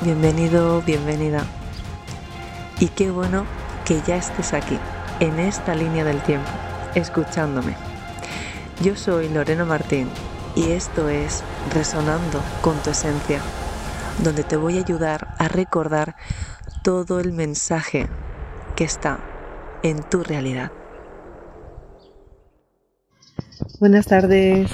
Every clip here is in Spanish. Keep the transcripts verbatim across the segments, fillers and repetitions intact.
bienvenido, bienvenida. Y qué bueno que ya estés aquí, en esta línea del tiempo, escuchándome. Yo soy Lorena Martín y esto es Resonando con tu Esencia, donde te voy a ayudar a recordar todo el mensaje que está en tu realidad. Buenas tardes.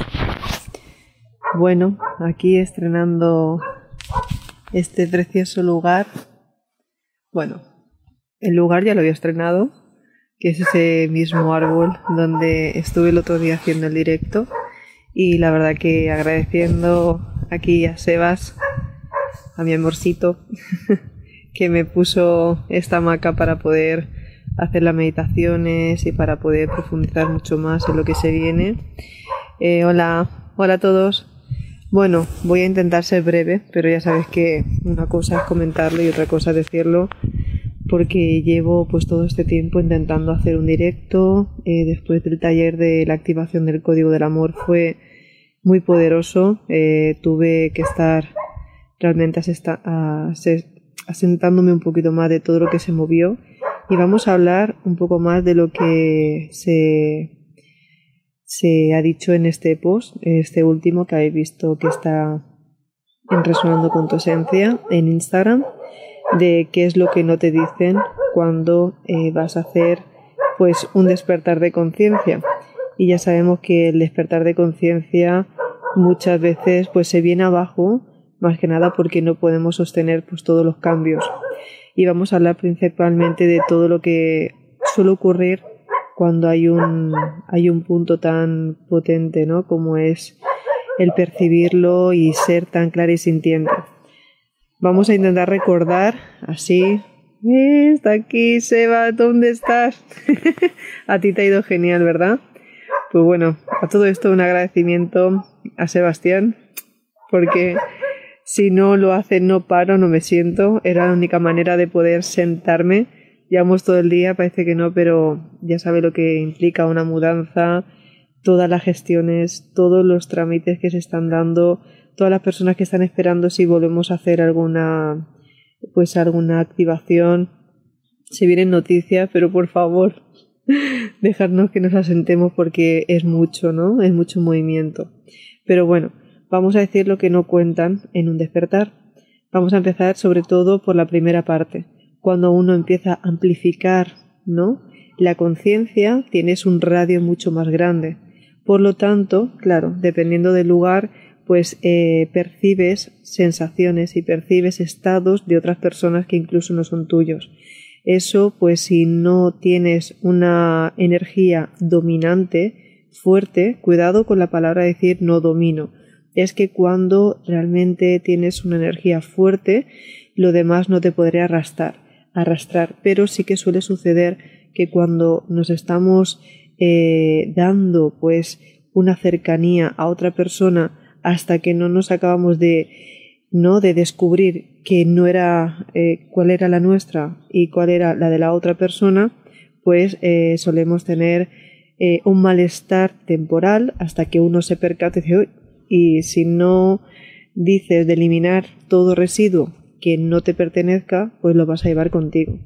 Bueno, aquí estrenando este precioso lugar. Bueno, el lugar ya lo había estrenado, que es ese mismo árbol donde estuve el otro día haciendo el directo. Y la verdad que agradeciendo aquí a Sebas, a mi amorcito, que me puso esta hamaca para poder hacer las meditaciones y para poder profundizar mucho más en lo que se viene. Eh, hola, hola a todos. Bueno, voy a intentar ser breve, pero ya sabes que una cosa es comentarlo y otra cosa es decirlo, porque llevo pues todo este tiempo intentando hacer un directo. Eh, después del taller de la activación del código del amor fue muy poderoso. Eh, tuve que estar realmente asesta- as- asentándome un poquito más de todo lo que se movió, y vamos a hablar un poco más de lo que se... se ha dicho en este post, este último que habéis visto que está en Resonando con tu Esencia en Instagram, de qué es lo que no te dicen cuando eh, vas a hacer pues un despertar de conciencia. Y ya sabemos que el despertar de conciencia muchas veces pues se viene abajo, más que nada porque no podemos sostener pues todos los cambios. Y vamos a hablar principalmente de todo lo que suele ocurrir cuando hay un, hay un punto tan potente, ¿no?, como es el percibirlo y ser tan clarisintiente. Vamos a intentar recordar así. Eh, está aquí, Seba, ¿dónde estás? A ti te ha ido genial, ¿verdad? Pues bueno, a todo esto un agradecimiento a Sebastián, porque si no lo hace no paro, no me siento. Era la única manera de poder sentarme. Llevamos todo el día, parece que no, pero ya sabe lo que implica una mudanza, todas las gestiones, todos los trámites que se están dando, todas las personas que están esperando si volvemos a hacer alguna, pues alguna activación. Se vienen noticias, pero por favor, dejadnos que nos asentemos porque es mucho, ¿no? Es mucho movimiento. Pero bueno, vamos a decir lo que no cuentan en un despertar. Vamos a empezar sobre todo por la primera parte. Cuando uno empieza a amplificar, ¿no?, la conciencia, tienes un radio mucho más grande. Por lo tanto, claro, dependiendo del lugar, pues eh, percibes sensaciones y percibes estados de otras personas que incluso no son tuyos. Eso, pues si no tienes una energía dominante, fuerte, cuidado con la palabra decir no domino. Es que cuando realmente tienes una energía fuerte, lo demás no te podría arrastrar. arrastrar, pero sí que suele suceder que cuando nos estamos eh, dando pues una cercanía a otra persona hasta que no nos acabamos de no de descubrir que no era eh, cuál era la nuestra y cuál era la de la otra persona, pues eh, solemos tener eh, un malestar temporal hasta que uno se percata y dice, uy, y si no dices de eliminar todo residuo que no te pertenezca, pues lo vas a llevar contigo.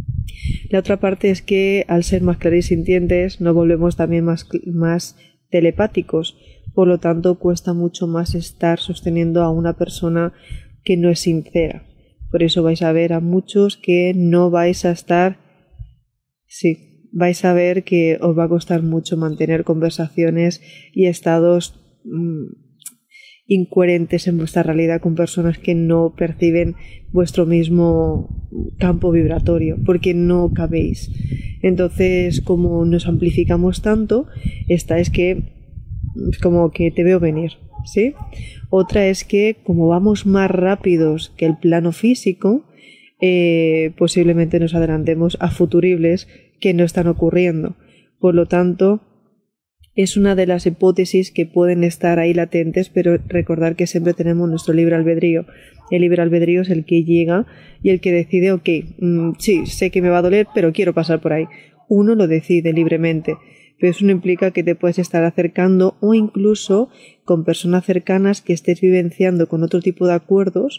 La otra parte es que al ser más clarisintientes nos volvemos también más, más telepáticos, por lo tanto cuesta mucho más estar sosteniendo a una persona que no es sincera. Por eso vais a ver a muchos que no vais a estar, sí, vais a ver que os va a costar mucho mantener conversaciones y estados mmm, incoherentes en vuestra realidad con personas que no perciben vuestro mismo campo vibratorio, porque no cabéis. Entonces, como nos amplificamos tanto, esta es que es como que te veo venir, ¿sí? Otra es que como vamos más rápidos que el plano físico, eh, posiblemente nos adelantemos a futuribles que no están ocurriendo. Por lo tanto, es una de las hipótesis que pueden estar ahí latentes, pero recordar que siempre tenemos nuestro libre albedrío. El libre albedrío es el que llega y el que decide, ok, mmm, sí, sé que me va a doler, pero quiero pasar por ahí. Uno lo decide libremente, pero eso no implica que te puedes estar acercando o incluso con personas cercanas que estés vivenciando con otro tipo de acuerdos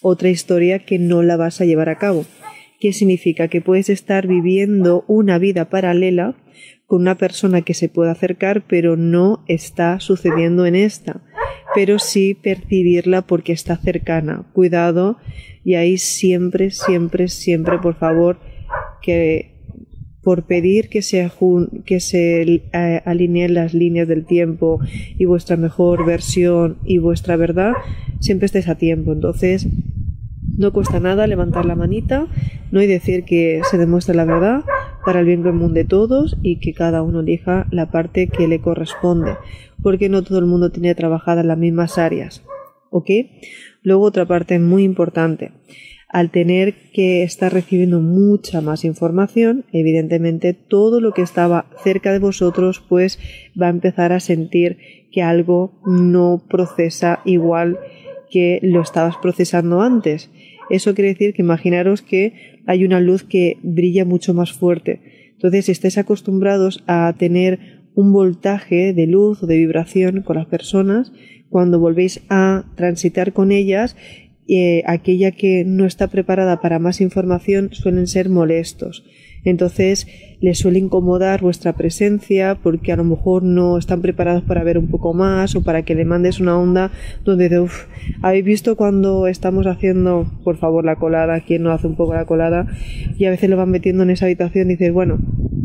otra historia que no la vas a llevar a cabo. ¿Qué significa? Que puedes estar viviendo una vida paralela con una persona que se puede acercar, pero no está sucediendo en esta, pero sí percibirla porque está cercana. Cuidado, y ahí siempre, siempre, siempre, por favor, que por pedir que se, que se eh, alineen las líneas del tiempo y vuestra mejor versión y vuestra verdad, siempre estéis a tiempo. Entonces, no cuesta nada levantar la manita, no y decir que se demuestre la verdad para el bien común de todos y que cada uno elija la parte que le corresponde, porque no todo el mundo tiene trabajadas las mismas áreas, ¿ok? Luego otra parte muy importante. Al tener que estar recibiendo mucha más información, evidentemente todo lo que estaba cerca de vosotros pues va a empezar a sentir que algo no procesa igual que lo estabas procesando antes. Eso quiere decir que imaginaros que hay una luz que brilla mucho más fuerte. Entonces, si estáis acostumbrados a tener un voltaje de luz o de vibración con las personas, cuando volvéis a transitar con ellas, Eh, aquella que no está preparada para más información suelen ser molestos. Entonces les suele incomodar vuestra presencia porque a lo mejor no están preparados para ver un poco más o para que le mandes una onda donde de, uff, ¿habéis visto cuando estamos haciendo, por favor, la colada? ¿Quién no hace un poco la colada? Y a veces lo van metiendo en esa habitación y dices, bueno,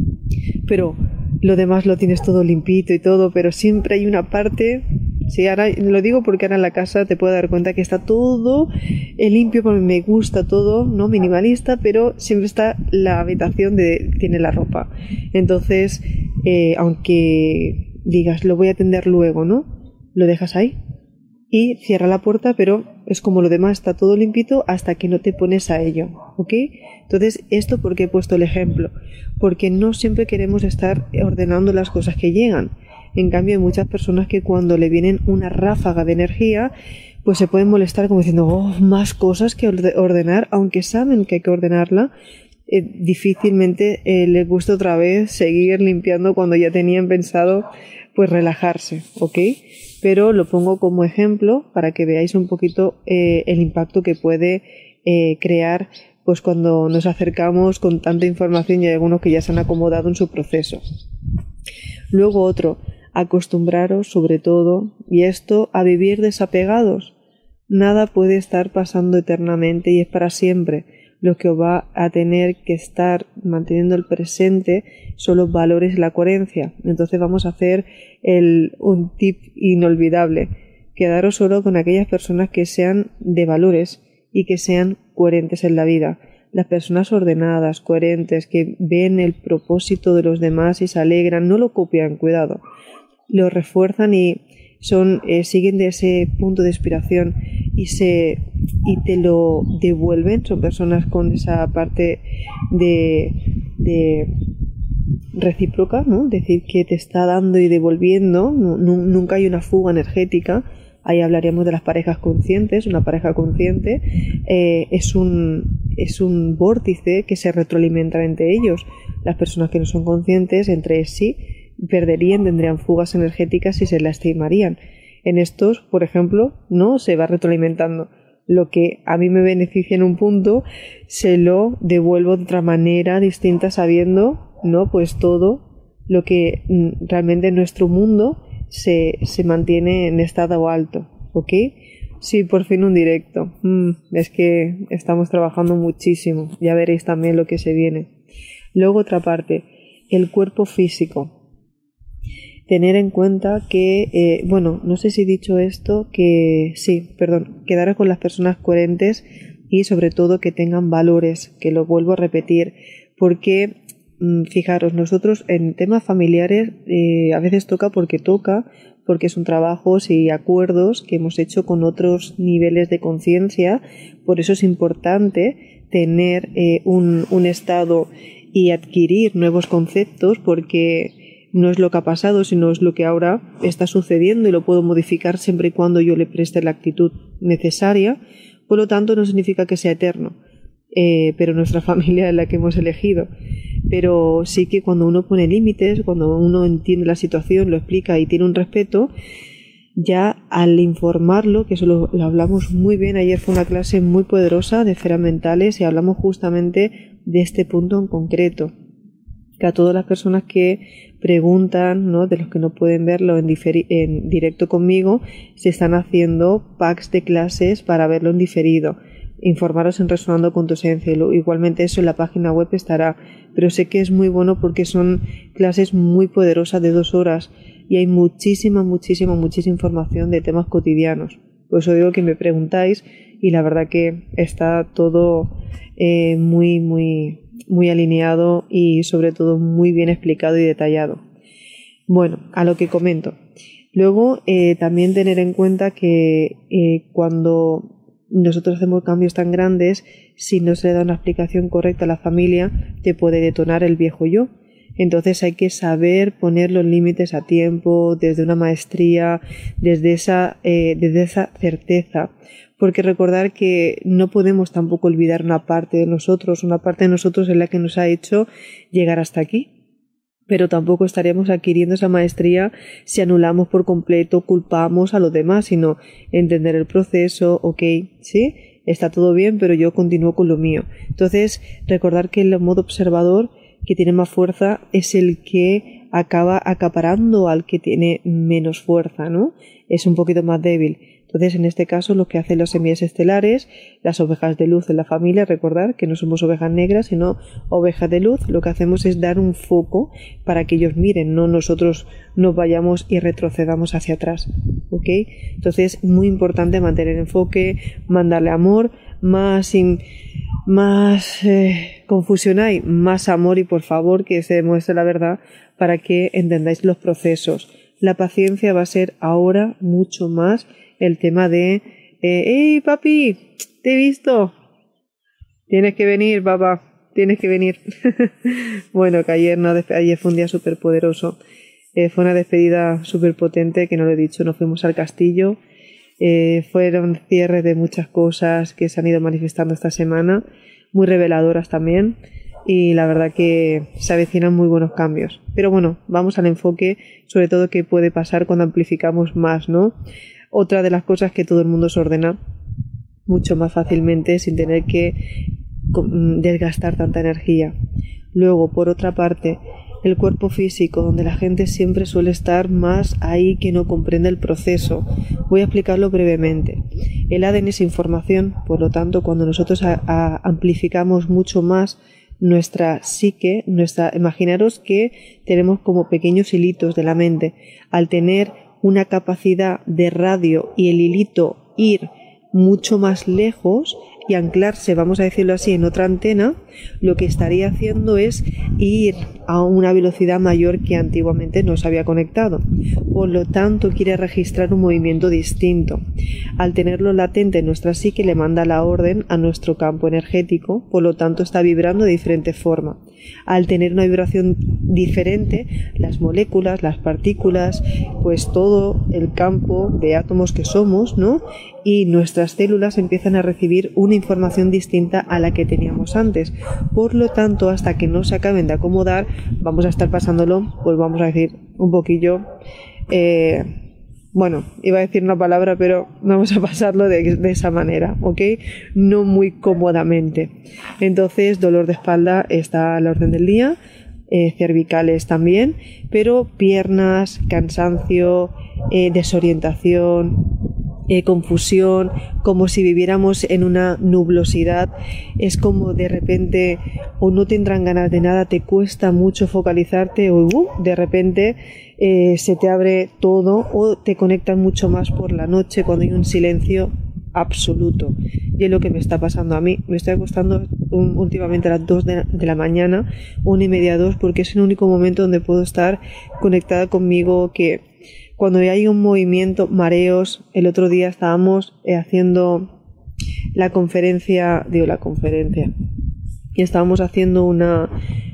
pero lo demás lo tienes todo limpito y todo, pero siempre hay una parte. Sí, ahora lo digo porque ahora en la casa te puedo dar cuenta que está todo limpio, porque me gusta todo, no minimalista, pero siempre está la habitación de tiene la ropa. Entonces, eh, aunque digas lo voy a atender luego, ¿no? Lo dejas ahí y cierra la puerta, pero es como lo demás, está todo limpito hasta que no te pones a ello, ¿ok? Entonces, esto porque he puesto el ejemplo, porque no siempre queremos estar ordenando las cosas que llegan. En cambio, hay muchas personas que cuando le vienen una ráfaga de energía, pues se pueden molestar como diciendo, oh, más cosas que ordenar, aunque saben que hay que ordenarla, eh, difícilmente eh, les gusta otra vez seguir limpiando cuando ya tenían pensado pues relajarse, ¿ok? Pero lo pongo como ejemplo para que veáis un poquito eh, el impacto que puede eh, crear pues cuando nos acercamos con tanta información y hay algunos que ya se han acomodado en su proceso. Luego otro, acostumbraros sobre todo, y esto, a vivir desapegados. Nada puede estar pasando eternamente y es para siempre. Lo que os va a tener que estar manteniendo el presente son los valores y la coherencia. Entonces vamos a hacer el, un tip inolvidable. Quedaros solo con aquellas personas que sean de valores y que sean coherentes en la vida. Las personas ordenadas, coherentes, que ven el propósito de los demás y se alegran, no lo copian, cuidado, lo refuerzan y son eh, siguen de ese punto de inspiración y se y te lo devuelven. Son personas con esa parte de, de recíproca, ¿no? Decir que te está dando y devolviendo, no, no, nunca hay una fuga energética. Ahí hablaríamos de las parejas conscientes. Una pareja consciente eh, es un es un vórtice que se retroalimenta entre ellos. Las personas que no son conscientes entre sí perderían, tendrían fugas energéticas y se lastimarían. En estos, por ejemplo, no se va retroalimentando. Lo que a mí me beneficia en un punto, se lo devuelvo de otra manera distinta, sabiendo, ¿no? Pues todo lo que realmente en nuestro mundo se, se mantiene en estado alto, ¿ok? Sí, por fin un directo. Mm, es que estamos trabajando muchísimo. Ya veréis también lo que se viene. Luego otra parte, el cuerpo físico. Tener en cuenta que, eh, bueno, no sé si he dicho esto, que sí, perdón, quedar con las personas coherentes y sobre todo que tengan valores, que lo vuelvo a repetir, porque mmm, fijaros, nosotros en temas familiares eh, a veces toca porque toca, porque son trabajos y acuerdos que hemos hecho con otros niveles de conciencia. Por eso es importante tener eh, un, un estado y adquirir nuevos conceptos, porque no es lo que ha pasado, sino es lo que ahora está sucediendo y lo puedo modificar siempre y cuando yo le preste la actitud necesaria. Por lo tanto, no significa que sea eterno, eh, pero nuestra familia es la que hemos elegido. Pero sí que cuando uno pone límites, cuando uno entiende la situación, lo explica y tiene un respeto, ya al informarlo, que eso lo, lo hablamos muy bien, ayer fue una clase muy poderosa de esferas mentales y hablamos justamente de este punto en concreto, que a todas las personas que preguntan, ¿no?, de los que no pueden verlo en, diferi- en directo conmigo, se están haciendo packs de clases para verlo en diferido. Informaros en Resonando con tu Esencia. Igualmente eso en la página web estará, pero sé que es muy bueno porque son clases muy poderosas de dos horas y hay muchísima, muchísima, muchísima información de temas cotidianos. Por eso digo que me preguntáis y la verdad que está todo eh, muy, muy, muy alineado y sobre todo muy bien explicado y detallado. Bueno, a lo que comento. Luego eh, también tener en cuenta que eh, cuando nosotros hacemos cambios tan grandes, si no se le da una explicación correcta a la familia, te puede detonar el viejo yo. Entonces hay que saber poner los límites a tiempo, desde una maestría, desde esa, eh, desde esa certeza. Porque recordar que no podemos tampoco olvidar una parte de nosotros, una parte de nosotros es la que nos ha hecho llegar hasta aquí. Pero tampoco estaríamos adquiriendo esa maestría si anulamos por completo, culpamos a los demás, sino entender el proceso, ok, sí, está todo bien, pero yo continúo con lo mío. Entonces, recordar que el modo observador que tiene más fuerza es el que acaba acaparando al que tiene menos fuerza, ¿no? Es un poquito más débil. Entonces, en este caso, lo que hacen las semillas estelares, las ovejas de luz de la familia, recordar que no somos ovejas negras, sino ovejas de luz, lo que hacemos es dar un foco para que ellos miren, no nosotros nos vayamos y retrocedamos hacia atrás, ¿ok? Entonces, muy importante mantener enfoque, mandarle amor, más, sin, más eh, confusión hay, más amor y por favor que se demuestre la verdad para que entendáis los procesos. La paciencia va a ser ahora mucho más el tema de eh, ¡hey, papi! ¡Te he visto! Tienes que venir, papá, tienes que venir. Bueno, que ayer, no, ayer fue un día súper poderoso. Eh, fue una despedida súper potente, que no lo he dicho, nos fuimos al castillo. Eh, fueron cierres de muchas cosas que se han ido manifestando esta semana, muy reveladoras también. Y la verdad que se avecinan muy buenos cambios. Pero bueno, vamos al enfoque, sobre todo qué puede pasar cuando amplificamos más, ¿no? Otra de las cosas que todo el mundo se ordena mucho más fácilmente sin tener que desgastar tanta energía. Luego, por otra parte, el cuerpo físico, donde la gente siempre suele estar más ahí que no comprende el proceso. Voy a explicarlo brevemente. El A D N es información, por lo tanto, cuando nosotros a, a amplificamos mucho más nuestra psique, nuestra, imaginaros que tenemos como pequeños hilitos de la mente. Al tener una capacidad de radio y el hilito ir mucho más lejos y anclarse, vamos a decirlo así, en otra antena, lo que estaría haciendo es ir a una velocidad mayor que antiguamente no se había conectado. Por lo tanto, quiere registrar un movimiento distinto. Al tenerlo latente en nuestra psique, le manda la orden a nuestro campo energético, por lo tanto está vibrando de diferente forma. Al tener una vibración diferente, las moléculas, las partículas, pues todo el campo de átomos que somos, ¿no?, y nuestras células empiezan a recibir una información distinta a la que teníamos antes. Por lo tanto, hasta que no se acaben de acomodar, vamos a estar pasándolo, pues vamos a decir, un poquillo, eh, bueno, iba a decir una palabra, pero vamos a pasarlo de, de esa manera, ¿ok? No muy cómodamente. Entonces, dolor de espalda está a la orden del día, eh, cervicales también, pero piernas, cansancio, eh, desorientación, Eh, confusión, como si viviéramos en una nublosidad. Es como de repente o no tendrán ganas de nada, te cuesta mucho focalizarte o uh, de repente eh, se te abre todo o te conectan mucho más por la noche cuando hay un silencio absoluto. Y es lo que me está pasando a mí. Me estoy acostando un, últimamente a las dos de, de la mañana, una y media, dos, porque es el único momento donde puedo estar conectada conmigo, que cuando hay un movimiento, mareos. El otro día estábamos eh, haciendo la conferencia, digo la conferencia, y estábamos haciendo una,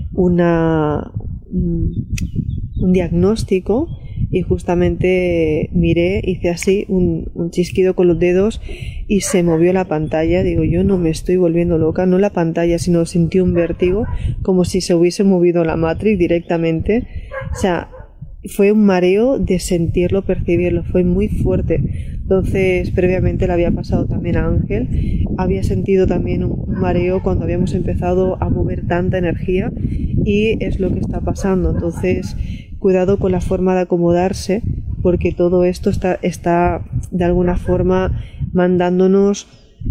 una un, un diagnóstico y justamente miré, hice así un, un chisquido con los dedos y se movió la pantalla. Digo, yo no me estoy volviendo loca, no la pantalla, sino sentí un vértigo como si se hubiese movido la Matrix directamente. O sea, fue un mareo de sentirlo, percibirlo, fue muy fuerte. Entonces, previamente le había pasado también a Ángel, había sentido también un mareo cuando habíamos empezado a mover tanta energía y es lo que está pasando. Entonces, cuidado con la forma de acomodarse, porque todo esto está, está de alguna forma mandándonos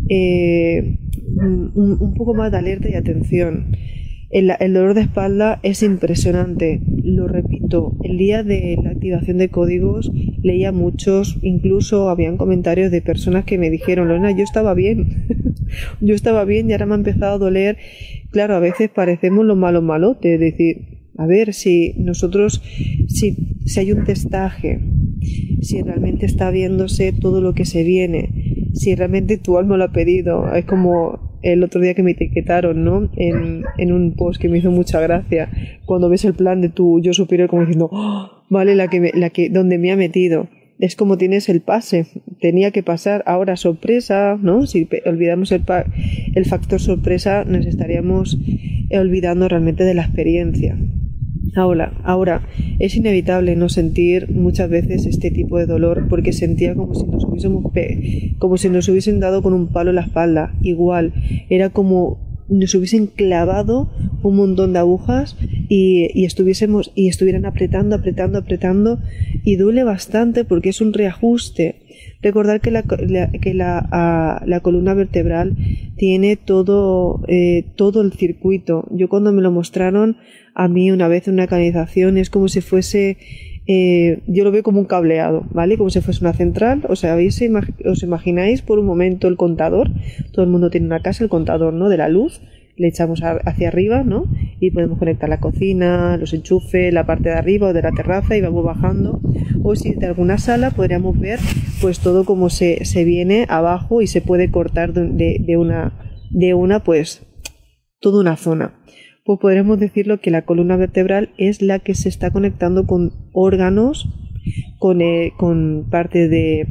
eh, un, un poco más de alerta y atención. El, el dolor de espalda es impresionante, lo repito, el día de la activación de códigos leía muchos, incluso habían comentarios de personas que me dijeron, Lorena, yo estaba bien, yo estaba bien y ahora me ha empezado a doler. Claro, a veces parecemos los malos malotes, es decir, a ver, si nosotros, si, si hay un testaje, si realmente está viéndose todo lo que se viene, si realmente tu alma lo ha pedido, es como el otro día que me etiquetaron, ¿no? En, en un post que me hizo mucha gracia, cuando ves el plan de tu yo superior como diciendo, oh, vale, la que, me, la que donde me ha metido. Es como tienes el pase, tenía que pasar, ahora sorpresa, ¿no? Si olvidamos el, pa el factor sorpresa, nos estaríamos olvidando realmente de la experiencia. Ahora, ahora, es inevitable no sentir muchas veces este tipo de dolor porque sentía como si nos hubiésemos pe como si nos hubiesen dado con un palo en la espalda. Igual, era como nos hubiesen clavado un montón de agujas y, y estuviésemos y estuvieran apretando, apretando, apretando y duele bastante porque es un reajuste. Recordar que la, la, que la, a, la columna vertebral tiene todo, eh, todo el circuito. Yo cuando me lo mostraron a mí una vez en una canalización es como si fuese, eh, yo lo veo como un cableado, ¿vale? Como si fuese una central. O sea, ¿veis, os imagináis por un momento el contador? Todo el mundo tiene una casa, el contador, ¿no? De la luz. Le echamos hacia arriba, ¿no? Y podemos conectar la cocina, los enchufes, la parte de arriba o de la terraza y vamos bajando. O si de alguna sala podríamos ver pues todo como se, se viene abajo y se puede cortar de, de, una, de una, pues, toda una zona. Pues podremos decirlo que la columna vertebral es la que se está conectando con órganos, con, eh, con parte de,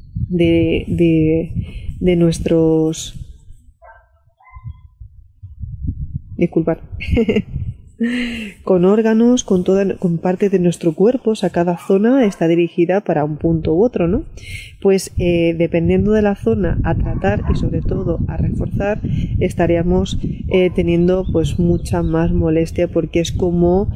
de, de, de nuestros... Disculpad. con órganos, con toda, con parte de nuestro cuerpo, o sea, cada zona está dirigida para un punto u otro, ¿no? Pues eh, dependiendo de la zona a tratar y sobre todo a reforzar, estaríamos eh, teniendo pues mucha más molestia porque es como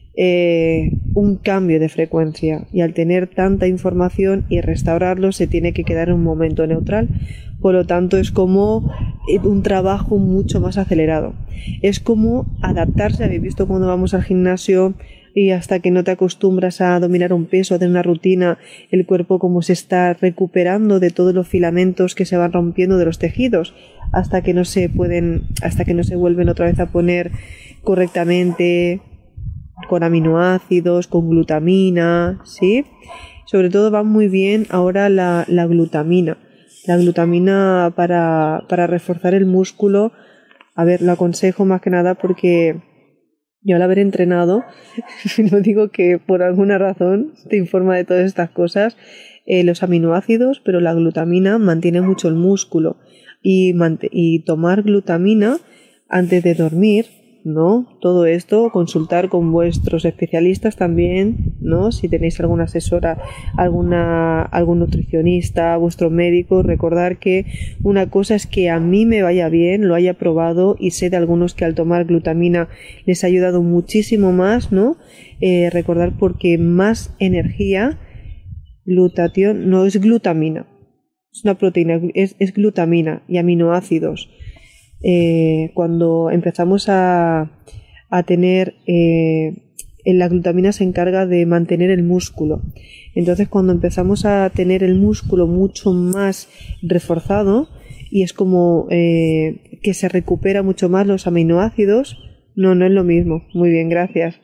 eh, un cambio de frecuencia y al tener tanta información y restaurarlo se tiene que quedar en un momento neutral. Por lo tanto, es como un trabajo mucho más acelerado. Es como adaptarse. Habéis visto cuando vamos al gimnasio y hasta que no te acostumbras a dominar un peso, a tener una rutina, el cuerpo como se está recuperando de todos los filamentos que se van rompiendo de los tejidos, hasta que no se pueden, hasta que no se vuelven otra vez a poner correctamente con aminoácidos, con glutamina, ¿sí? Sobre todo va muy bien ahora la, la glutamina. La glutamina para, para reforzar el músculo, a ver, lo aconsejo más que nada porque yo al haber entrenado, no digo que por alguna razón te informa de todas estas cosas, eh, los aminoácidos, pero la glutamina mantiene mucho el músculo y, y tomar glutamina antes de dormir, ¿no? Todo esto, consultar con vuestros especialistas también, ¿no? Si tenéis alguna asesora, alguna, algún nutricionista, vuestro médico, recordar que una cosa es que a mí me vaya bien, lo haya probado y sé de algunos que al tomar glutamina les ha ayudado muchísimo más, ¿no? Eh, recordar porque más energía, glutatión no es glutamina, es una proteína, es, es glutamina y aminoácidos. Eh, cuando empezamos a, a tener eh, la glutamina se encarga de mantener el músculo, entonces cuando empezamos a tener el músculo mucho más reforzado y es como eh, que se recupera mucho más los aminoácidos, no, no es lo mismo, muy bien, gracias.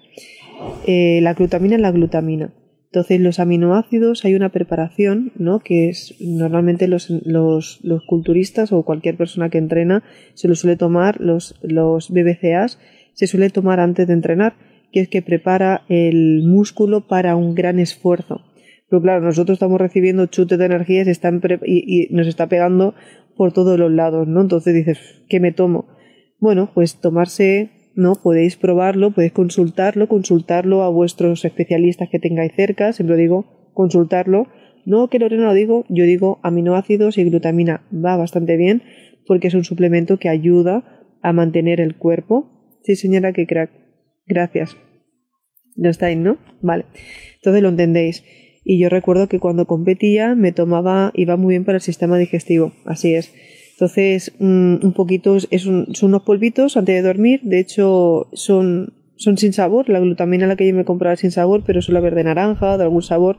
Eh, la glutamina es la glutamina. Entonces los aminoácidos hay una preparación, ¿no? Que es normalmente los, los, los culturistas o cualquier persona que entrena se lo suele tomar, los, los B B C As se suele tomar antes de entrenar, que es que prepara el músculo para un gran esfuerzo. Pero claro, nosotros estamos recibiendo chutes de energía y, se están y, y nos está pegando por todos los lados, ¿no? Entonces dices, ¿qué me tomo? Bueno, pues tomarse ¿no? Podéis probarlo, podéis consultarlo, consultarlo a vuestros especialistas que tengáis cerca, siempre digo consultarlo. No que Lorena lo digo, yo digo aminoácidos y glutamina, va bastante bien porque es un suplemento que ayuda a mantener el cuerpo. Sí, señora, que crack. Gracias. ¿Lo estáis, no? Vale. Entonces lo entendéis. Y yo recuerdo que cuando competía me tomaba, iba muy bien para el sistema digestivo, así es. Entonces, un, un poquito, es un, son unos polvitos antes de dormir, de hecho son, son sin sabor, la glutamina la que yo me compraba es sin sabor, pero suele haber de naranja, de algún sabor,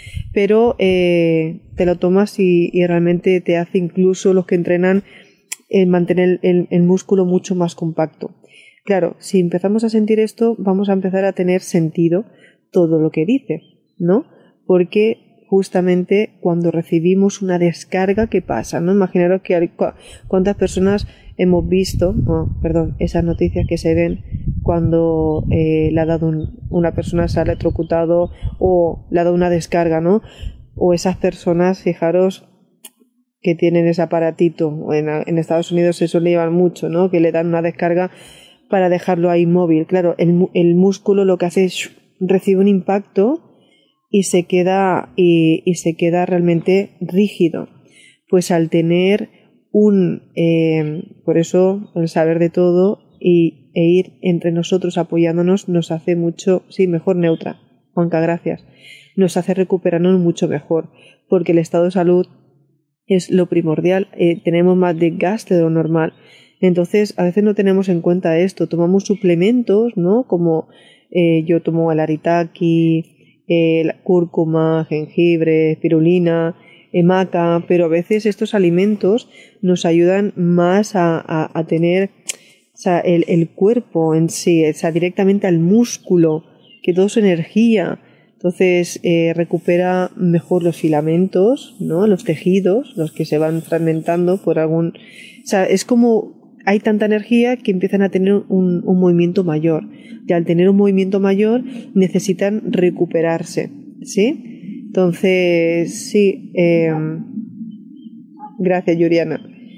pero eh, te lo tomas y, y realmente te hace incluso los que entrenan eh, mantener el, el músculo mucho más compacto. Claro, si empezamos a sentir esto, vamos a empezar a tener sentido todo lo que dice, ¿no? Porque justamente cuando recibimos una descarga, ¿qué pasa? ¿No? Imaginaros que cuántas personas hemos visto, oh, perdón, esas noticias que se ven cuando eh, le ha dado un, una persona se ha electrocutado o le ha dado una descarga, ¿no? O esas personas, fijaros, que tienen ese aparatito, en, en Estados Unidos se suele llevar mucho, ¿no? Que le dan una descarga para dejarlo ahí móvil. Claro, el, el músculo lo que hace es recibe un impacto y se queda y, y se queda realmente rígido. Pues al tener un eh, por eso el saber de todo y, e ir entre nosotros apoyándonos nos hace mucho, sí, mejor neutra, Juanca, gracias, nos hace recuperarnos mucho mejor, porque el estado de salud es lo primordial, eh, tenemos más desgaste de lo normal. Entonces a veces no tenemos en cuenta esto, tomamos suplementos, ¿no? Como eh, yo tomo el aritaki, eh, la cúrcuma, jengibre, espirulina, eh, maca, pero a veces estos alimentos nos ayudan más a, a, a tener, o sea, el, el cuerpo en sí, o sea, directamente al músculo, que todo es energía. Entonces eh, recupera mejor los filamentos, ¿no? Los tejidos, los que se van fragmentando por algún... O sea, es como hay tanta energía que empiezan a tener un, un movimiento mayor. Y al tener un movimiento mayor necesitan recuperarse, ¿sí? Entonces, sí. Eh, gracias, Yuriana.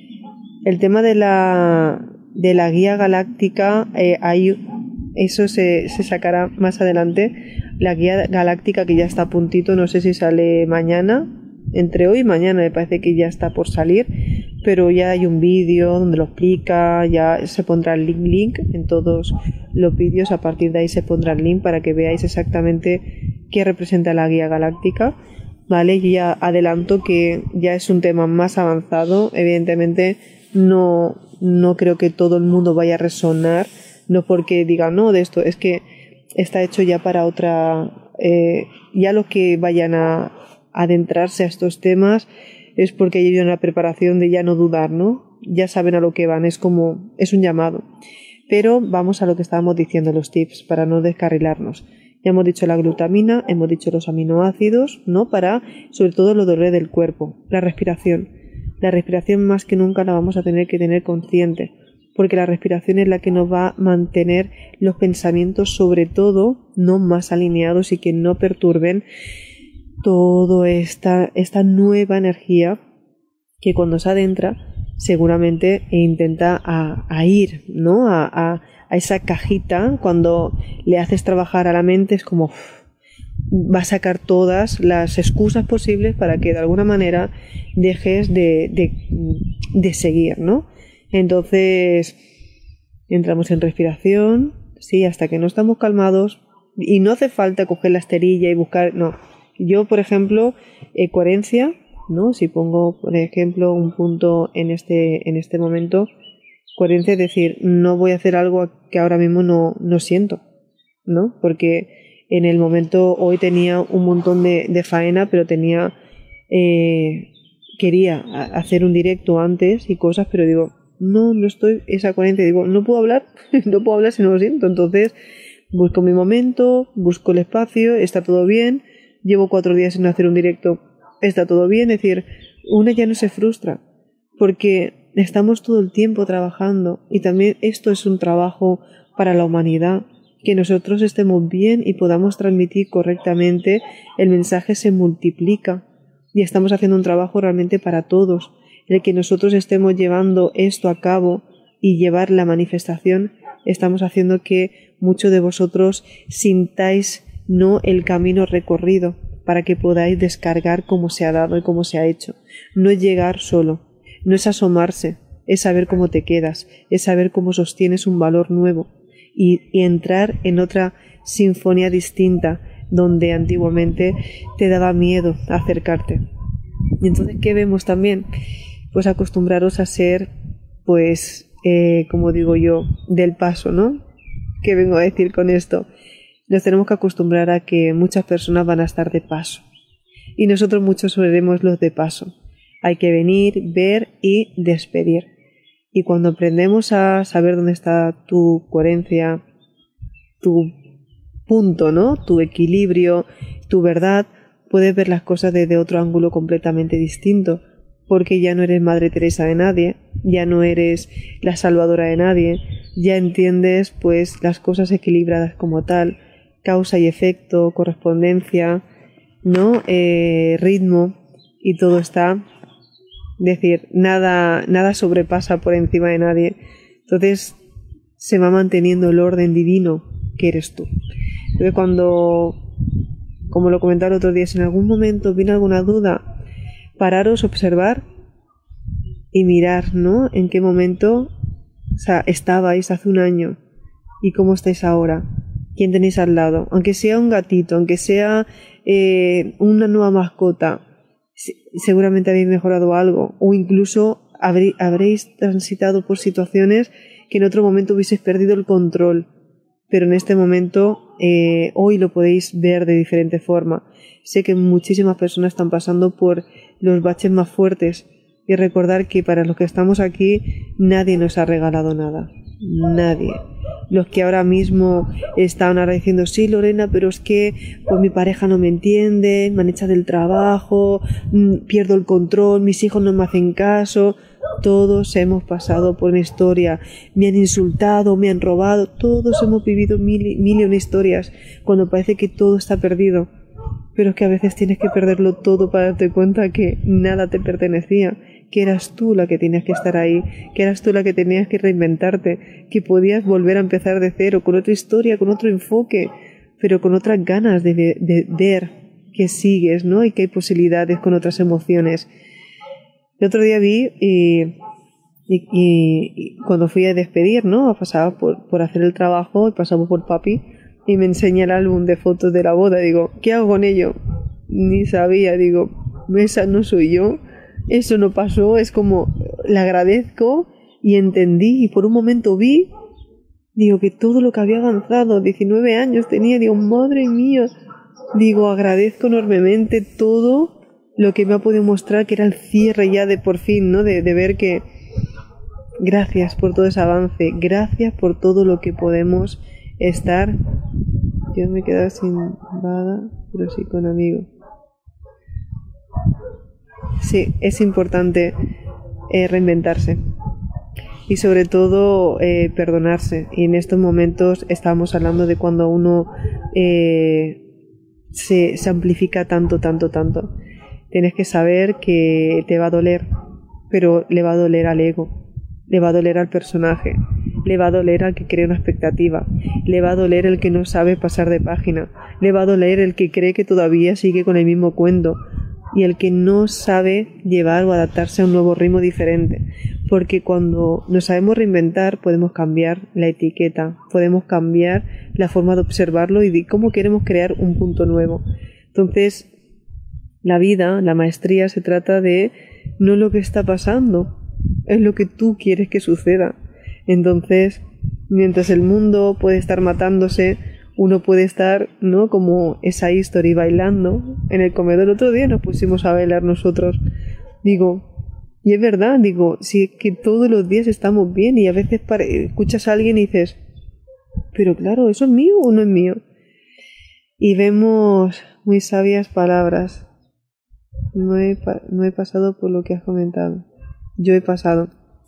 El tema de la, de la guía galáctica, eh, hay, eso se, se sacará más adelante. La guía galáctica que ya está a puntito, no sé si sale mañana, entre hoy y mañana me parece que ya está por salir, pero ya hay un vídeo donde lo explica, ya se pondrá el link, link en todos los vídeos, a partir de ahí se pondrá el link para que veáis exactamente qué representa la guía galáctica, ¿vale? Yo ya adelanto que ya es un tema más avanzado, evidentemente no, no creo que todo el mundo vaya a resonar, no porque digan no de esto, es que está hecho ya para otra, eh, ya los que vayan a adentrarse a estos temas es porque hay una preparación de ya no dudar, ¿no? Ya saben a lo que van, es como, es un llamado. Pero vamos a lo que estábamos diciendo, los tips, para no descarrilarnos. Ya hemos dicho la glutamina, hemos dicho los aminoácidos, ¿no? Para, sobre todo, lo dolor del cuerpo, la respiración. La respiración más que nunca la vamos a tener que tener consciente, porque la respiración es la que nos va a mantener los pensamientos, sobre todo, no más alineados y que no perturben toda esta, esta nueva energía que cuando se adentra seguramente intenta a, a ir, ¿no? A, a, a esa cajita. Cuando le haces trabajar a la mente es como uff, va a sacar todas las excusas posibles para que de alguna manera dejes de, de, de seguir, ¿no? Entonces entramos en respiración, sí, hasta que no estamos calmados, y no hace falta coger la esterilla y buscar, no. Yo, por ejemplo, eh, coherencia, ¿no? Si pongo, por ejemplo, un punto en este, en este momento, coherencia es decir, no voy a hacer algo que ahora mismo no, no siento, ¿no? Porque en el momento, hoy tenía un montón de, de faena, pero tenía, eh, quería hacer un directo antes y cosas, pero digo, no, no estoy, esa coherencia, digo, no puedo hablar, no puedo hablar si no lo siento, entonces busco mi momento, busco el espacio, está todo bien. Llevo cuatro días sin hacer un directo, está todo bien, es decir, una ya no se frustra, porque estamos todo el tiempo trabajando y también esto es un trabajo para la humanidad, que nosotros estemos bien y podamos transmitir correctamente, el mensaje se multiplica y estamos haciendo un trabajo realmente para todos, el que nosotros estemos llevando esto a cabo y llevar la manifestación estamos haciendo que muchos de vosotros sintáis no el camino recorrido para que podáis descargar cómo se ha dado y cómo se ha hecho. No es llegar solo, no es asomarse, es saber cómo te quedas, es saber cómo sostienes un valor nuevo y, y entrar en otra sinfonía distinta donde antiguamente te daba miedo acercarte. Y entonces, ¿qué vemos también? Pues acostumbraros a ser, pues, eh, como digo yo, del paso, ¿no? ¿Qué vengo a decir con esto? Nos tenemos que acostumbrar a que muchas personas van a estar de paso y nosotros muchos seremos los de paso. Hay que venir, ver y despedir. Y cuando aprendemos a saber dónde está tu coherencia, tu punto, ¿no? Tu equilibrio, tu verdad, puedes ver las cosas desde otro ángulo completamente distinto, porque ya no eres Madre Teresa de nadie, ya no eres la salvadora de nadie, ya entiendes pues las cosas equilibradas como tal, causa y efecto, correspondencia, ¿no? Eh, ritmo, y todo está, es decir, nada, nada sobrepasa por encima de nadie. Entonces se va manteniendo el orden divino que eres tú. Entonces cuando, como lo comentaba el otro día, si en algún momento viene alguna duda, pararos, observar y mirar, ¿no? En qué momento, o sea, estabais hace un año y cómo estáis ahora. ¿Quién tenéis al lado? Aunque sea un gatito, aunque sea eh, una nueva mascota, seguramente habéis mejorado algo, o incluso habréis, habréis transitado por situaciones que en otro momento hubieseis perdido el control, pero en este momento eh, hoy lo podéis ver de diferente forma. Sé que muchísimas personas están pasando por los baches más fuertes y recordar que para los que estamos aquí nadie nos ha regalado nada, nadie. Los que ahora mismo están ahora diciendo, sí, Lorena, pero es que pues mi pareja no me entiende, me han echado del trabajo, pierdo el control, mis hijos no me hacen caso. Todos hemos pasado por una historia, me han insultado, me han robado, todos hemos vivido mil, mil y una historias cuando parece que todo está perdido. Pero es que a veces tienes que perderlo todo para darte cuenta que nada te pertenecía, que eras tú la que tenías que estar ahí, que eras tú la que tenías que reinventarte, que podías volver a empezar de cero, con otra historia, con otro enfoque, pero con otras ganas de, de, de ver que sigues, ¿no? Y que hay posibilidades con otras emociones. El otro día vi y, y, y cuando fui a despedir, ¿no? Pasaba por, por hacer el trabajo y pasamos por papi y me enseña el álbum de fotos de la boda. Digo, ¿qué hago con ello? Ni sabía, digo, esa no soy yo, eso no pasó, es como, le agradezco y entendí y por un momento vi, digo, que todo lo que había avanzado, diecinueve años tenía, digo, madre mía, digo, agradezco enormemente todo lo que me ha podido mostrar, que era el cierre ya de por fin, ¿no? De, de ver que, gracias por todo ese avance, gracias por todo lo que podemos estar. Yo me he quedado sin bada, pero sí con amigos. Sí, es importante eh, reinventarse y sobre todo eh, perdonarse. Y en estos momentos estábamos hablando de cuando uno eh, se, se amplifica tanto, tanto, tanto. Tienes que saber que te va a doler, pero le va a doler al ego, le va a doler al personaje, le va a doler al que crea una expectativa, le va a doler el que no sabe pasar de página, le va a doler el que cree que todavía sigue con el mismo cuento y el que no sabe llevar o adaptarse a un nuevo ritmo diferente, porque cuando nos sabemos reinventar podemos cambiar la etiqueta, podemos cambiar la forma de observarlo y de cómo queremos crear un punto nuevo. Entonces, la vida, la maestría se trata de no lo que está pasando, es lo que tú quieres que suceda. Entonces, mientras el mundo puede estar matándose, uno puede estar, ¿no? Como esa historia bailando. En el comedor el otro día nos pusimos a bailar nosotros. Digo, y es verdad, digo, si es que todos los días estamos bien y a veces pare- escuchas a alguien y dices, pero claro, ¿eso es mío o no es mío? Y vemos muy sabias palabras. No he, pa- no he pasado por lo que has comentado. Yo he pasado.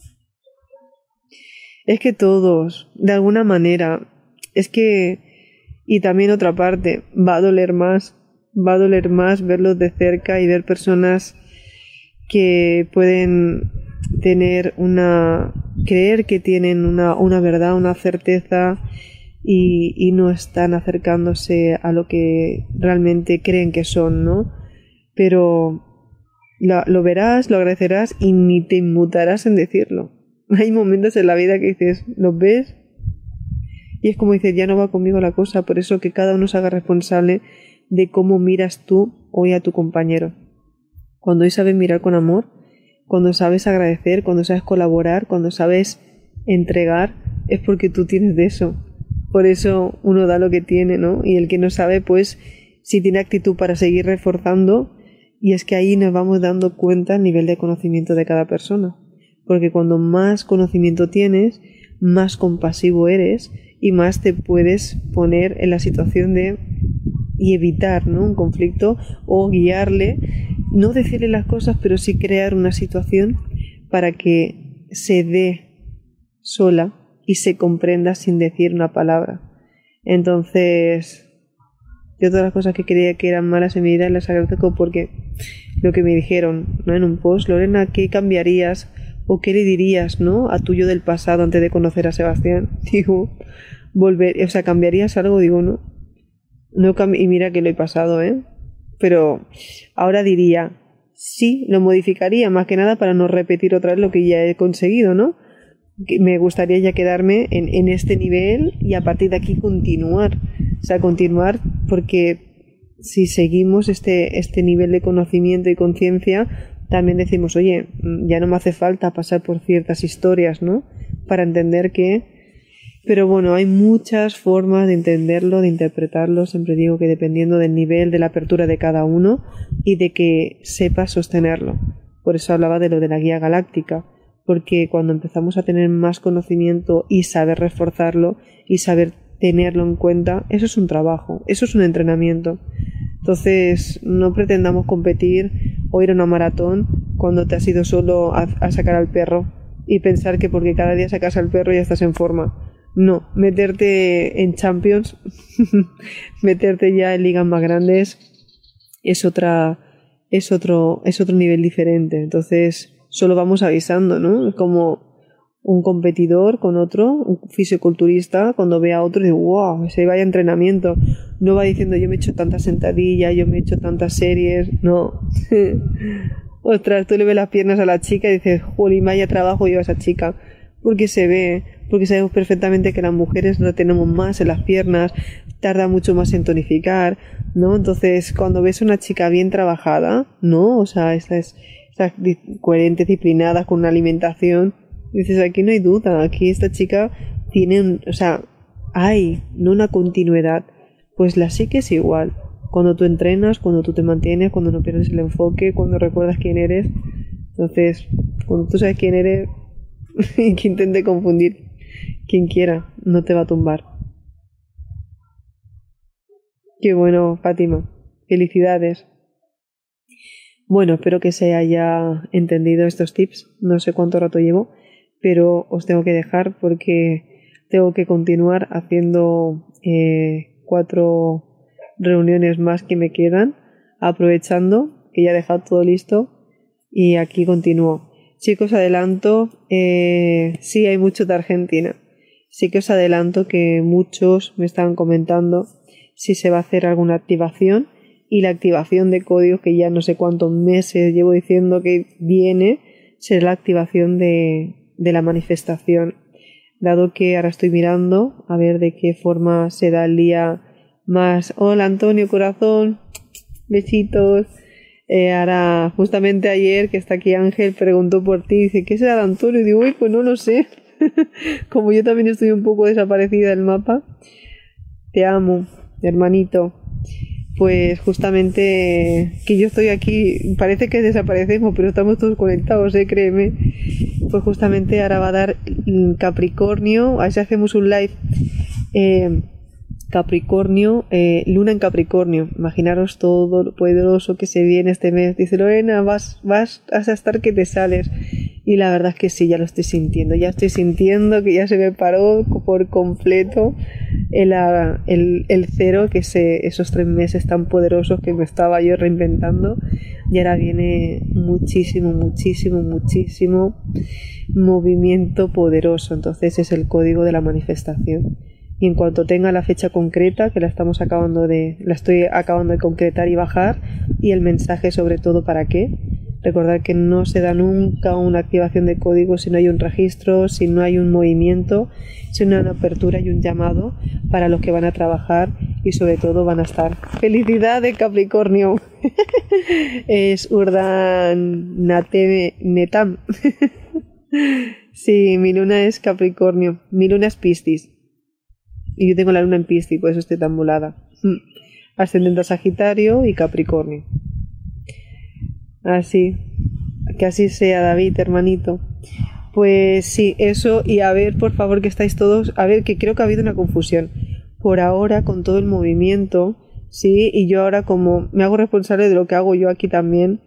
Es que todos, de alguna manera, es que, y también otra parte, va a doler más, va a doler más verlos de cerca y ver personas que pueden tener una creer que tienen una, una verdad, una certeza y, y no están acercándose a lo que realmente creen que son, ¿no? Pero lo, lo verás, lo agradecerás y ni te inmutarás en decirlo. Hay momentos en la vida que dices, ¿los ves? Y es como dices, ya no va conmigo la cosa, por eso que cada uno se haga responsable de cómo miras tú hoy a tu compañero. Cuando hoy sabes mirar con amor, cuando sabes agradecer, cuando sabes colaborar, cuando sabes entregar, es porque tú tienes de eso. Por eso uno da lo que tiene, ¿no? Y el que no sabe, pues, si tiene actitud para seguir reforzando, y es que ahí nos vamos dando cuenta el nivel de conocimiento de cada persona. Porque cuando más conocimiento tienes, más compasivo eres y más te puedes poner en la situación de y evitar, ¿no?, un conflicto o guiarle, no decirle las cosas, pero sí crear una situación para que se dé sola y se comprenda sin decir una palabra. Entonces, yo todas las cosas que creía que eran malas en mi vida las agradezco porque lo que me dijeron, ¿no?, en un post, Lorena, ¿qué cambiarías o qué le dirías, ¿no?, a tu yo del pasado antes de conocer a Sebastián? Digo, volver, o sea, ¿cambiarías algo? Digo, no. No cambi- y mira que lo he pasado, ¿eh? Pero ahora diría, sí, lo modificaría, más que nada para no repetir otra vez lo que ya he conseguido, ¿no? Que me gustaría ya quedarme en, en este nivel y a partir de aquí continuar. O sea, continuar porque si seguimos este, este nivel de conocimiento y conciencia, también decimos, oye, ya no me hace falta pasar por ciertas historias, ¿no?, para entender que... Pero bueno, hay muchas formas de entenderlo, de interpretarlo. Siempre digo que dependiendo del nivel, de la apertura de cada uno y de que sepa sostenerlo. Por eso hablaba de lo de la guía galáctica, porque cuando empezamos a tener más conocimiento y saber reforzarlo y saber tenerlo en cuenta, eso es un trabajo, eso es un entrenamiento. Entonces, no pretendamos competir o ir a una maratón cuando te has ido solo a, a sacar al perro y pensar que porque cada día sacas al perro ya estás en forma. No, meterte en Champions, meterte ya en ligas más grandes es otra, es otro, es otro nivel diferente. Entonces, solo vamos avisando, ¿no? Es como un competidor con otro, un fisioculturista, cuando ve a otro dice, wow, ese vaya entrenamiento. No va diciendo, yo me he hecho tantas sentadillas, yo me he hecho tantas series. No. Ostras, tú le ves las piernas a la chica y dices, jolín, vaya trabajo lleva esa chica. Porque se ve, porque sabemos perfectamente que las mujeres no tenemos más en las piernas, tarda mucho más en tonificar, ¿no? Entonces, cuando ves una chica bien trabajada, ¿no? O sea, estas, estas coherentes, disciplinadas, con una alimentación, dices, aquí no hay duda, aquí esta chica tiene, un, o sea, hay, no una continuidad. Pues la psique es igual. Cuando tú entrenas, cuando tú te mantienes, cuando no pierdes el enfoque, cuando recuerdas quién eres. Entonces, cuando tú sabes quién eres, y que intente confundir quien quiera, no te va a tumbar. Qué bueno, Fátima, felicidades. Bueno, espero que se haya entendido estos tips. No sé cuánto rato llevo, pero os tengo que dejar porque tengo que continuar haciendo eh, cuatro reuniones más que me quedan, aprovechando que ya he dejado todo listo y aquí continúo. Sí que os adelanto, eh, sí hay muchos de Argentina, sí que os adelanto que muchos me estaban comentando si se va a hacer alguna activación y la activación de códigos que ya no sé cuántos meses llevo diciendo que viene, será la activación de, de la manifestación, dado que ahora estoy mirando a ver de qué forma se da el día más. Hola Antonio, corazón, besitos. Eh, ahora, justamente ayer que está aquí Ángel preguntó por ti, dice, ¿qué será de Antonio? Y digo, uy, pues no lo sé. Como yo también estoy un poco desaparecida del mapa. Te amo, hermanito. Pues justamente que yo estoy aquí, parece que desaparecemos, pero estamos todos conectados, ¿eh? Créeme. Pues justamente ahora va a dar Capricornio, a ver si hacemos un live. Eh, Capricornio, eh, Luna en Capricornio. Imaginaros todo lo poderoso que se viene este mes. Dice Lorena, vas, vas, vas a estar que te sales. Y la verdad es que sí, ya lo estoy sintiendo. Ya estoy sintiendo que ya se me paró por completo el, el, el cero, que ese, esos tres meses tan poderosos que me estaba yo reinventando, y ahora viene muchísimo, muchísimo, muchísimo movimiento poderoso. Entonces es el código de la manifestación. Y en cuanto tenga la fecha concreta, que la estamos acabando de, la estoy acabando de concretar y bajar, y el mensaje sobre todo para qué. Recordar que no se da nunca una activación de código si no hay un registro, si no hay un movimiento, si no hay una apertura y un llamado para los que van a trabajar y sobre todo van a estar. ¡Felicidades, Capricornio! Es Urdan Nate Netam. Sí, mi luna es Capricornio, mi luna es Piscis. Y yo tengo la luna en Piscis, por eso estoy tan volada. Ascendente a Sagitario y Capricornio. Así, que así sea, David, hermanito. Pues sí, eso, y a ver, por favor, que estáis todos, a ver, que creo que ha habido una confusión. Por ahora, con todo el movimiento, sí, y yo ahora como me hago responsable de lo que hago yo aquí también,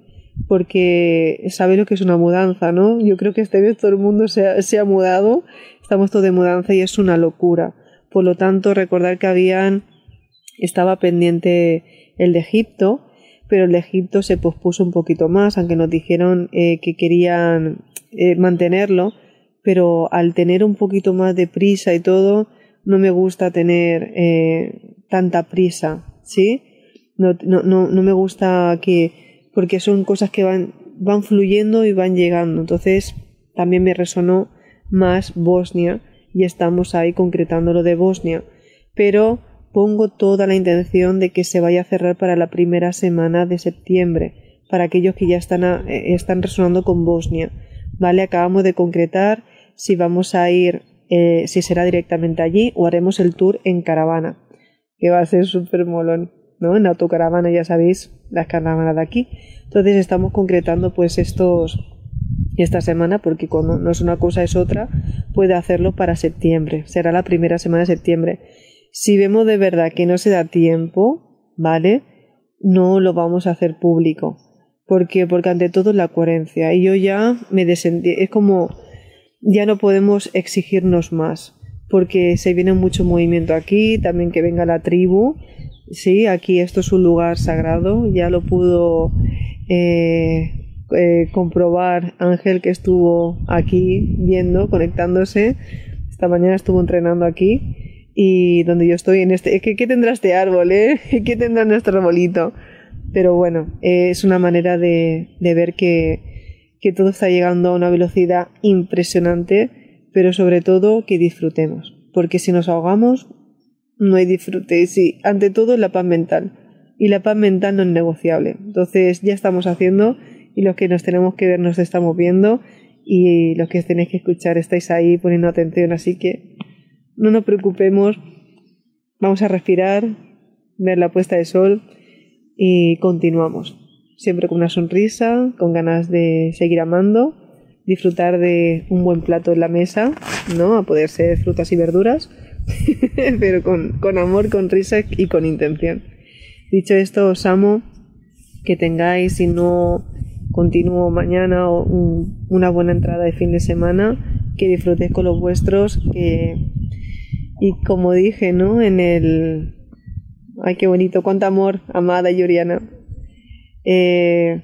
porque sabéis lo que es una mudanza, ¿no? Yo creo que este mes todo el mundo se ha, se ha mudado, estamos todos de mudanza y es una locura. Por lo tanto, recordar que habían, estaba pendiente el de Egipto, pero el de Egipto se pospuso un poquito más, aunque nos dijeron eh, que querían eh, mantenerlo, pero al tener un poquito más de prisa y todo, no me gusta tener eh, tanta prisa, ¿sí? No, no, no, no me gusta que, porque son cosas que van, van fluyendo y van llegando, entonces también me resonó más Bosnia, y estamos ahí concretando lo de Bosnia, pero pongo toda la intención de que se vaya a cerrar para la primera semana de septiembre, para aquellos que ya están, a, eh, están resonando con Bosnia, ¿vale? Acabamos de concretar si vamos a ir, eh, si será directamente allí o haremos el tour en caravana, que va a ser súper molón, ¿no? En autocaravana, ya sabéis, las caravanas de aquí. Entonces estamos concretando pues estos... esta semana, porque cuando no es una cosa es otra, puede hacerlo para septiembre, será la primera semana de septiembre. Si vemos de verdad que no se da tiempo, ¿vale? No lo vamos a hacer público. ¿Por qué? Porque ante todo es la coherencia, y yo ya me desentí, es como ya no podemos exigirnos más, porque se viene mucho movimiento aquí, también que venga la tribu, sí, aquí esto es un lugar sagrado, ya lo pudo eh, Eh, comprobar Ángel, que estuvo aquí viendo, conectándose. Esta mañana estuvo entrenando aquí, y donde yo estoy en este... ¿Qué, qué tendrá este árbol, eh? ¿Qué tendrá nuestro arbolito? Pero bueno, eh, es una manera de, de ver que, que todo está llegando a una velocidad impresionante, pero sobre todo que disfrutemos, porque si nos ahogamos no hay disfrute. Sí, ante todo es la paz mental, y la paz mental no es negociable. Entonces ya estamos haciendo, y los que nos tenemos que ver nos estamos viendo, y los que tenéis que escuchar estáis ahí poniendo atención, así que no nos preocupemos, vamos a respirar, ver la puesta de sol y continuamos, siempre con una sonrisa, con ganas de seguir amando, disfrutar de un buen plato en la mesa, ¿no? A poder ser frutas y verduras, pero con, con amor, con risa y con intención. Dicho esto, os amo, que tengáis, si no continúo mañana, o un, una buena entrada de fin de semana, que disfrutéis con los vuestros, que, y como dije, ¿no? En el... Ay, qué bonito, cuánto amor, amada Yuriana. Eh,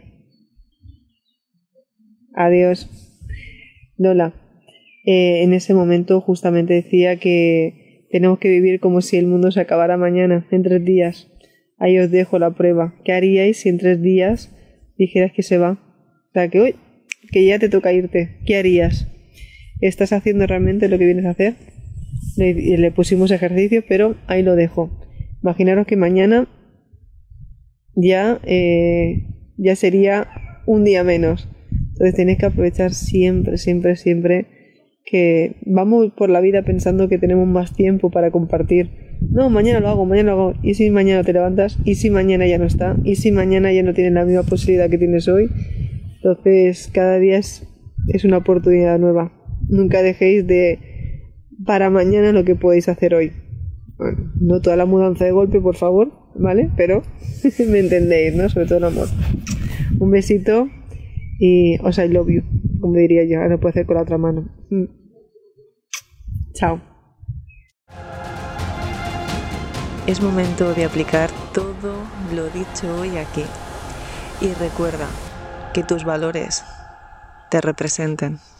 adiós. Lola, eh, en ese momento justamente decía que tenemos que vivir como si el mundo se acabara mañana, en tres días. Ahí os dejo la prueba. ¿Qué haríais si en tres días dijeras que se va? O sea, que hoy, que ya te toca irte. ¿Qué harías? ¿Estás haciendo realmente lo que vienes a hacer? Le, le pusimos ejercicio, pero ahí lo dejo. Imaginaros que mañana ya, eh, ya sería un día menos. Entonces tenéis que aprovechar siempre, siempre, siempre, que vamos por la vida pensando que tenemos más tiempo para compartir. No, mañana lo hago, mañana lo hago. ¿Y si mañana te levantas? ¿Y si mañana ya no está? ¿Y si mañana ya no tienes la misma posibilidad que tienes hoy? Entonces cada día es, es una oportunidad nueva. Nunca dejéis de para mañana lo que podéis hacer hoy. Bueno, no toda la mudanza de golpe, por favor, ¿vale? Pero me entendéis, ¿no? Sobre todo el amor. Un besito y os I love you, como diría yo. Ahora lo puedo hacer con la otra mano. Chao. Es momento de aplicar todo lo dicho hoy aquí. Y recuerda que tus valores te representen.